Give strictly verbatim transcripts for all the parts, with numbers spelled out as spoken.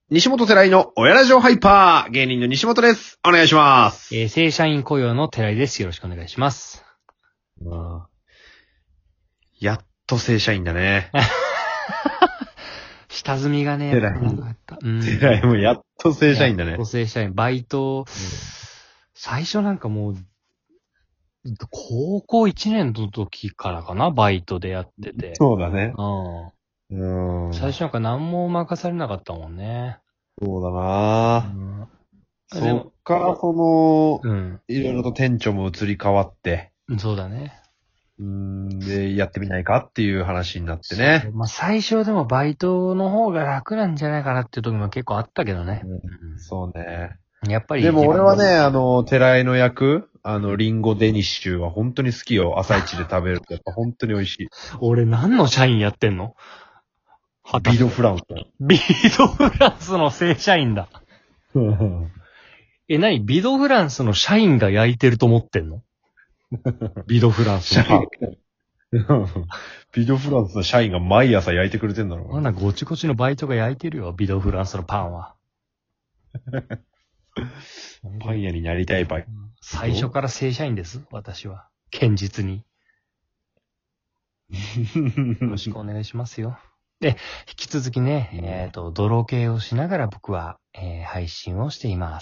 西本寺井の親ラジオハイパー、芸人の西本です。お願いします。 えー、正社員雇用の寺井です。よろしくお願いします。 あやっと正社員だね。 下積みがね、 寺井寺井もやっと正社員だね。 やっと正社員。バイト、うん、最初なんかもう、高校いちねんの時からかな、バイトでやってて。 そうだね。 うん。 うん。 最初なんか何も任されなかったもんね。 そうだな、うん、そっからその、うん、いろいろと店長も移り変わって。 そうだね。 うん、で、やってみないかっていう話になってね。 まあ最初でもバイトの方が楽なんじゃないかなっていう時も結構あったけどね。 うん、そうね。 やっぱり。 でも俺はね、あの、寺井の役、あの、リンゴデニッシュは本当に好きよ。朝一で食べるとやっぱ本当に美味しい。 俺何の社員やってんの？ ビドフランス。 ビドフランスの正社員だ。え、何？ビドフランスの社員が焼いてると思ってんの？ビドフランスのパン。 ビドフランスの社員が毎朝焼いてくれてんだろう。 あんなごちごちのバイトが焼いてるよ、ビドフランスのパンは。 パン屋になりたい場合。 最初から正社員です、私は。堅実に。よろしくお願いしますよ。で、引き続きね、うん、えっと、泥系をしながら僕は、えー、配信をしています。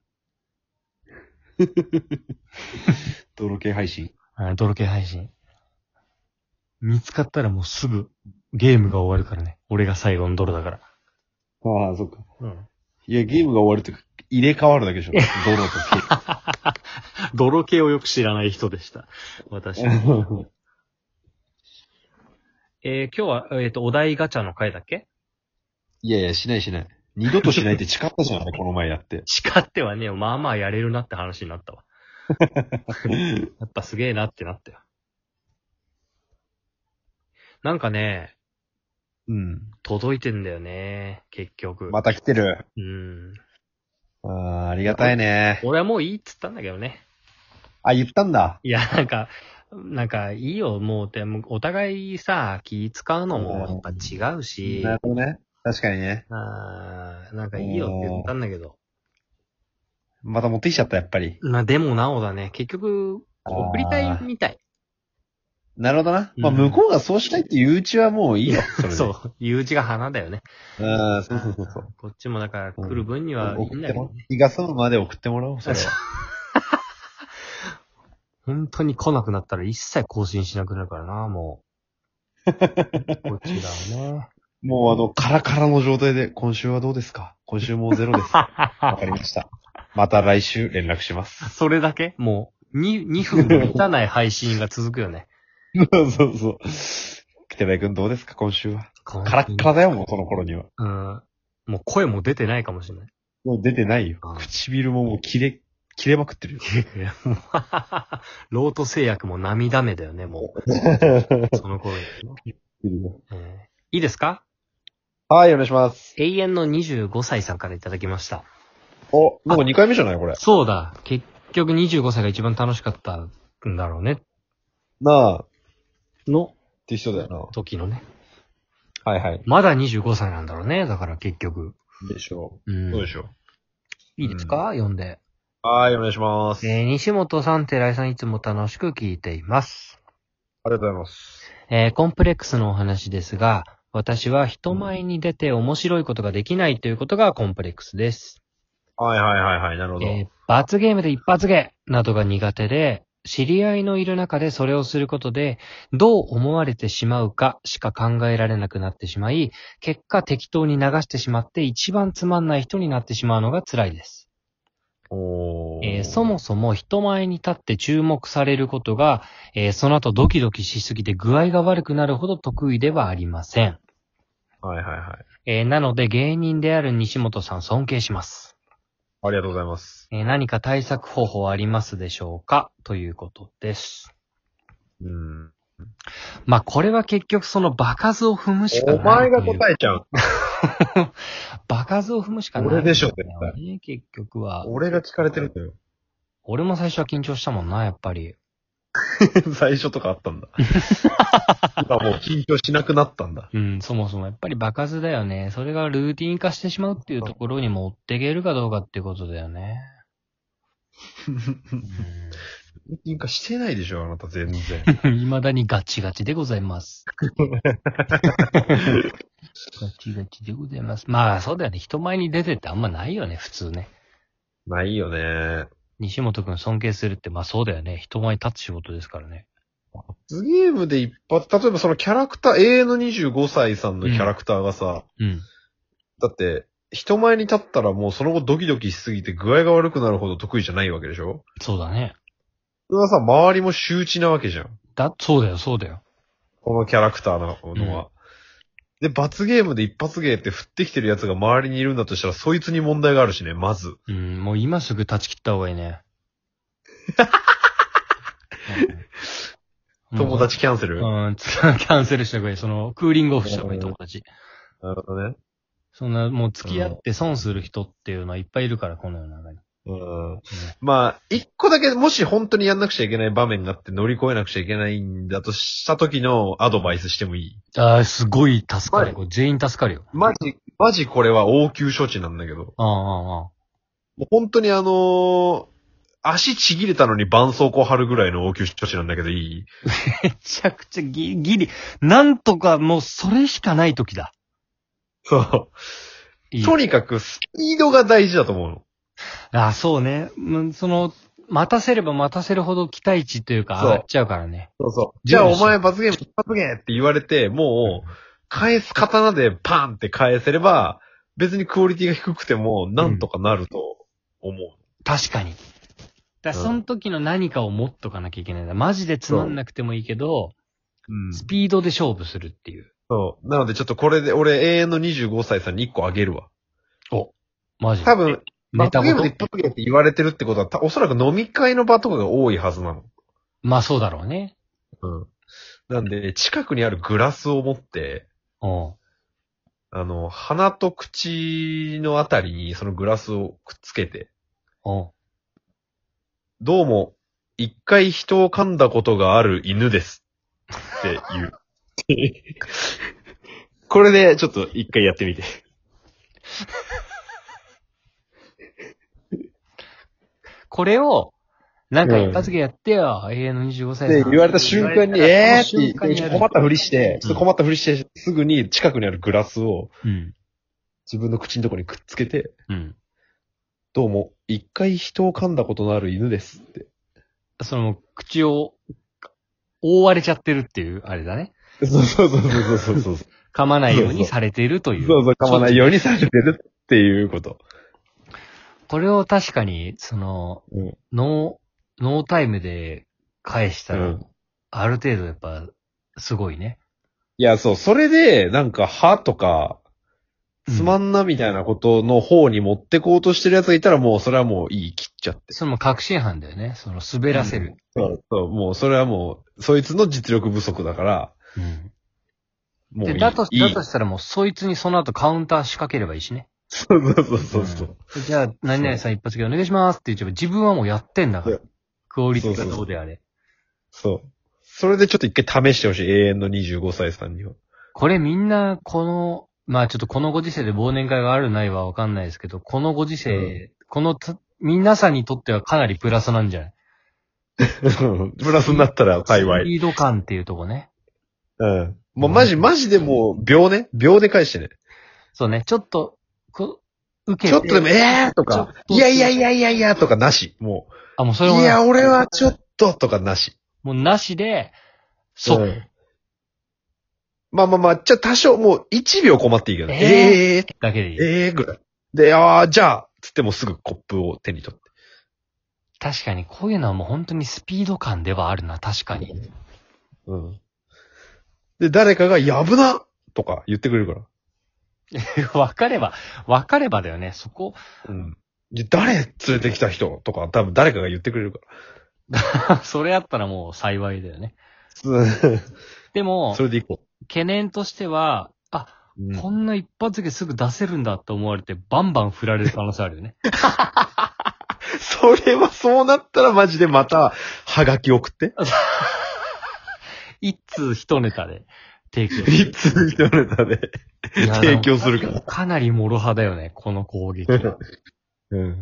泥系配信泥系配信。見つかったらもうすぐゲームが終わるからね。俺が最後の泥だから。 ああ、そっか。うん。いや、ゲームが終わるって入れ替わるだけでしょ。泥と系。泥系をよく知らない人でした。私は。えー、今日は、えっと、お題ガチャの回だっけ？ いやいや、しないしない。二度としないって誓ったじゃん、この前やって。 誓ってはねえよ。まあまあやれるなって話になったわ。やっぱすげえなってなったよ。なんかね、 うん。 届いてんだよね、結局。 また来てる。 うん。 ああ、ありがたいね。 俺はもういいっつったんだけどね。 あ、言ったんだ。 いや、なんか、なんか、いいよ、もう、でも、お互いさ、気使うのも、やっぱ違うし。 なるほどね。確かにね。 ああ、なんかいいよって言ったんだけど。 また持ってきちゃった、やっぱり。 まあ、でもなおだね。結局、送りたいみたい。 なるほどな。まあ、向こうがそうしたいって言ううちはもういいよ。それでそう。言ううちが花だよね。 ああ、そうそうそうそう。 こっちもだから来る分にはいいんだけどね。 気が済むまで送ってもらおう、それは。 本当に来なくなったら一切更新しなくなるからな、もう。こちらをね。 もうあの、カラカラの状態で、今週はどうですか？今週もうゼロです。わかりました。また来週連絡します。 それだけ？もう、に、にふん満たない配信が続くよね。 そうそうそう。北部くんどうですか、今週は。カラッカラだよ、もうその頃には。 うん。もう声も出てないかもしれない。 もう出てないよ。唇ももう切れ、切れまくってるよ。 ロート製薬も涙目だよね、もう。その頃に、ねえー。いいですか？ はい、お願いします。 永遠のにじゅうごさいさんからいただきました。 お、もうにかいめじゃないこれ。 そうだ。結局にじゅうごさいが一番楽しかったんだろうね。 なあ。 の。 って人だよな。 時のね。 はいはい。 まだにじゅうごさいなんだろうね。だから結局。 でしょう。うん。 そうでしょう。 いいですか、うん、読んで。 はい、お願いします。 えー、西本さん、寺井さんいつも楽しく聞いています。 ありがとうございます。 えー、コンプレックスのお話ですが、私は人前に出て面白いことができないということがコンプレックスです。 はいはいはいはい、なるほど。 えー、罰ゲームで一発芸などが苦手で、知り合いのいる中でそれをすることで、どう思われてしまうかしか考えられなくなってしまい、結果適当に流してしまって一番つまんない人になってしまうのが辛いです。 おえー、そもそも人前に立って注目されることが、えー、その後ドキドキしすぎて具合が悪くなるほど得意ではありません。 はいはいはい。 えー、なので芸人である西本さん尊敬します。 ありがとうございます。 えー、何か対策方法ありますでしょうかということです。 うん。 まあ、これは結局その場数を踏むしかない。 お前が答えちゃう。 場数を踏むしかない。 俺でしょ、絶対。 ね、結局は。 俺が聞かれてるんだよ。 俺も最初は緊張したもんな、やっぱり。 最初とかあったんだ。今もう緊張しなくなったんだ。 うん、そもそもやっぱり場数だよね。それがルーティン化してしまうっていうところに持っていけるかどうかっていうことだよね。うんルーティン化してないでしょ、あなた全然。 未だにガチガチでございます。ガチガチでございます。まあそうだよね。人前に出てってあんまないよね、普通ね。 ないよね。 西本くん尊敬するって、まあそうだよね。人前に立つ仕事ですからね。 ゲームで一発、例えばそのキャラクター、永遠のにじゅうごさいさんのキャラクターがさ、 うん。 だって、人前に立ったらもうその後ドキドキしすぎて具合が悪くなるほど得意じゃないわけでしょ？ そうだね。 それはさ、周りも周知なわけじゃん。 だ、そうだよ、そうだよ。 このキャラクターののは。で、罰ゲームで一発芸って降ってきてるやつが周りにいるんだとしたら、そいつに問題があるしね、まず。 うん、もう今すぐ断ち切った方がいいね。うん友達キャンセル、 うん、つキャンセルした方がいい。その、クーリングオフした方がいい、友達。 なるほどね。 そんな、もう付き合って損する人っていうのはいっぱいいるから、この世の中に。 うん。 うんまあ、一個だけ、もし本当にやんなくちゃいけない場面があって乗り越えなくちゃいけないんだとした時のアドバイスしてもいい？ ああ、すごい助かる。 はいこれ全員助かるよ。 マジ、マジこれは応急処置なんだけど。 ああ、ああ、ああ。 もう本当にあのー足ちぎれたのに絆創膏貼るぐらいの応急処置なんだけどいい？ めちゃくちゃギリ、ギリ。なんとかもうそれしかない時だ。 そう。 いいとにかくスピードが大事だと思うの。 ああ、そうね。うんその、待たせれば待たせるほど期待値というかそう上がっちゃうからね。 そうそう。じゃあお前罰ゲーム一発芸って言われて、もう、返す刀でパーンって返せれば、別にクオリティが低くても、なんとかなると思う。 確かに。だからうんその時の何かを持っとかなきゃいけないんだ。マジでつまんなくてもいいけど、 うん。 スピードで勝負するっていう。 そう。なのでちょっとこれで、俺永遠のにじゅうごさいさんにいっこあげるわ。 お、マジで。 多分、 ネタごと罰ゲームで一発芸って言われてるってことは、たおそらく飲み会の場とかが多いはずなの。 まあそうだろうね。 うん。なんで、近くにあるグラスを持って、 おうあの、鼻と口のあたりにそのグラスをくっつけて、 おうどうも、一回人を噛んだことがある犬です。って言う。これで、ちょっと一回やってみて。 これを、なんか一発芸やってよ、永遠のにじゅうごさいで、 さん。 言われた瞬間に、えーって言って、 その瞬間にやる困ったふりして、ちょっと困ったふりして、すぐに近くにあるグラスをうん。 自分の口のところにくっつけて、 うん。 どうも、一回人を噛んだことのある犬ですって。 その、口を、覆われちゃってるっていう、あれだね。 そうそうそうそうそうそう。そう噛まないようにされているという。 そう、噛まないようにされてるっていうこと。 これを確かに、その、 うん。 ノー、ノータイムで返したら、 うんある程度やっぱ、すごいね。 いや、そう、それで、なんか、歯とか、つまんなみたいなことの方に持ってこうとしてる奴がいたら、もう、それはもういい、切っちゃって。 それも確信犯だよね。その、滑らせる。 そう、そう、もう、それはもう、そいつの実力不足だから、 うん。 もういい。 で、だと、 いいだとしたらもう、そいつにその後カウンター仕掛ければいいしね。 そうそうそうそうそう。 うんじゃあ、何々さん一発芸お願いしますって言っちゃえば、自分はもうやってんだからそう。 クオリティがどうであれ。 そう。それでちょっと一回試してほしい。永遠のにじゅうごさいさんには。 これみんな、この、まあちょっとこのご時世で忘年会があるないはわかんないですけど、このご時世、このた、皆さんにとってはかなりプラスなんじゃない？ プラスになったら幸スい。 ピード感っていうとこね。 うん。もうマジ、マジでもう、秒ね。秒で返してね。 そうね、ちょっと、こ受けて。 ちょっとでも、えーとちょっか、 といやいやいやいやいやとかなし。もあ、もうそれう、 もな、 いや、俺はちょっととかなし。 もうなしで、そう。 んまあまあまあ、じゃあ多少もういちびょう困っていいけど。 えーえー、 だけでいい。 えーぐらい。で、ああ、じゃあ、つってもすぐコップを手に取って。 確かに、こういうのはもう本当にスピード感ではあるな、確かに。 うん。で、誰かが、やぶなとか言ってくれるから。 わかれば、わかればだよね、そこ。 うん。で誰連れてきた人とか、多分誰かが言ってくれるかそれやったらもう幸いだよね。 ら。 でもそ、れでいこ懸念としては、あ、 う。うんこんな一発ですぐ出せるんだって思われて、バンバン振られる可能性あるよね。 それはそうなったらマジでまた、はがき送って。 一通一ネタで提供。 一通一ネタで提供するから。 かなり諸刃だよね、この攻撃は。 うん。 うん、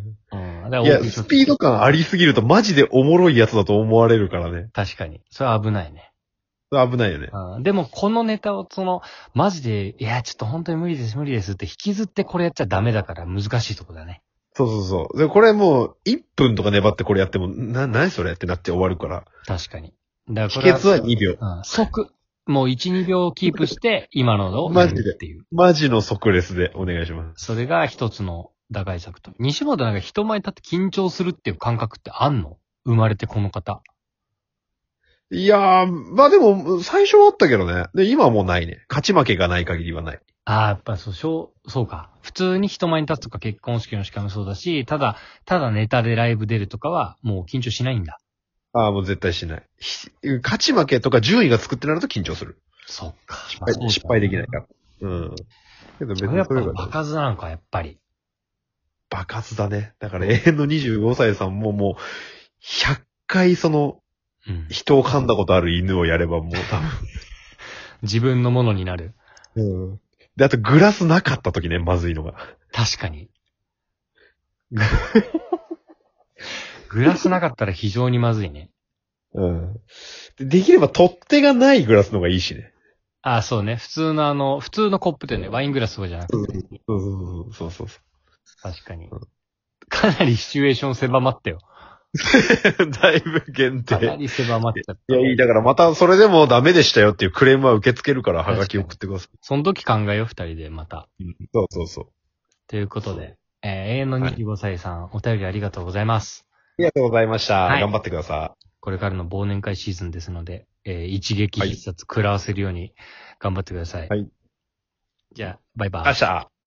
いや、スピード感ありすぎるとマジでおもろいやつだと思われるからね。 確かに。それは危ないね。 それ危ないよね。 うん、でも、このネタを、その、マジで、いや、ちょっと本当に無理です、無理ですって引きずってこれやっちゃダメだから難しいとこだね。 そうそうそう。で、これもう、いっぷんとか粘ってこれやっても、な、なにそれってなって終わるから。 確かに。だから秘訣はにびょう。 うん、即。もういち、にびょうキープして、今のをマジでっていう。 マジの即レスでお願いします。 それが一つの打開策と。西本なんか人前に立って緊張するっていう感覚ってあんの？生まれてこの方。 いやー、まあでも、最初はあったけどね。で、今はもうないね。勝ち負けがない限りはない。 ああ、やっぱそう、そう、そうか。普通に人前に立つとか結婚式の司会もそうだし、ただ、ただネタでライブ出るとかは、もう緊張しないんだ。 ああ、もう絶対しない。勝ち負けとか順位がつくってなると緊張する。 そっか。 失敗、失敗できないから。うん。けど別にそれやっぱ場数なのか、やっぱり。 場数だね。だから永遠のにじゅうごさいさんももう、ひゃっかいその、うん、人を噛んだことある犬をやればもう多分。 自分のものになる。 うん。で、あとグラスなかった時ね、まずいのが。 確かに。グラスなかったら非常にまずいね。 うん。で、できれば取っ手がないグラスの方がいいしね。 ああ、そうね。普通のあの、普通のコップでね、ワイングラスとかじゃなくて。 そうそうそうそうそう。 確かに。かなりシチュエーション狭まったよ。 だいぶ限定。 かなり狭まっちゃった。 いや、いい、だからまたそれでもダメでしたよっていうクレームは受け付けるから、ハガキ送ってください。 その時考えよう、二人でまた。 うん、そうそうそう。 ということで、えー、永遠のにじゅうごさいさん、はい、お便りありがとうございます。 ありがとうございました。 はい、 頑張ってください。 これからの忘年会シーズンですので、えー、一撃必殺食らわせるように頑張ってください。 はい。 じゃあ、バイバイ。 明日。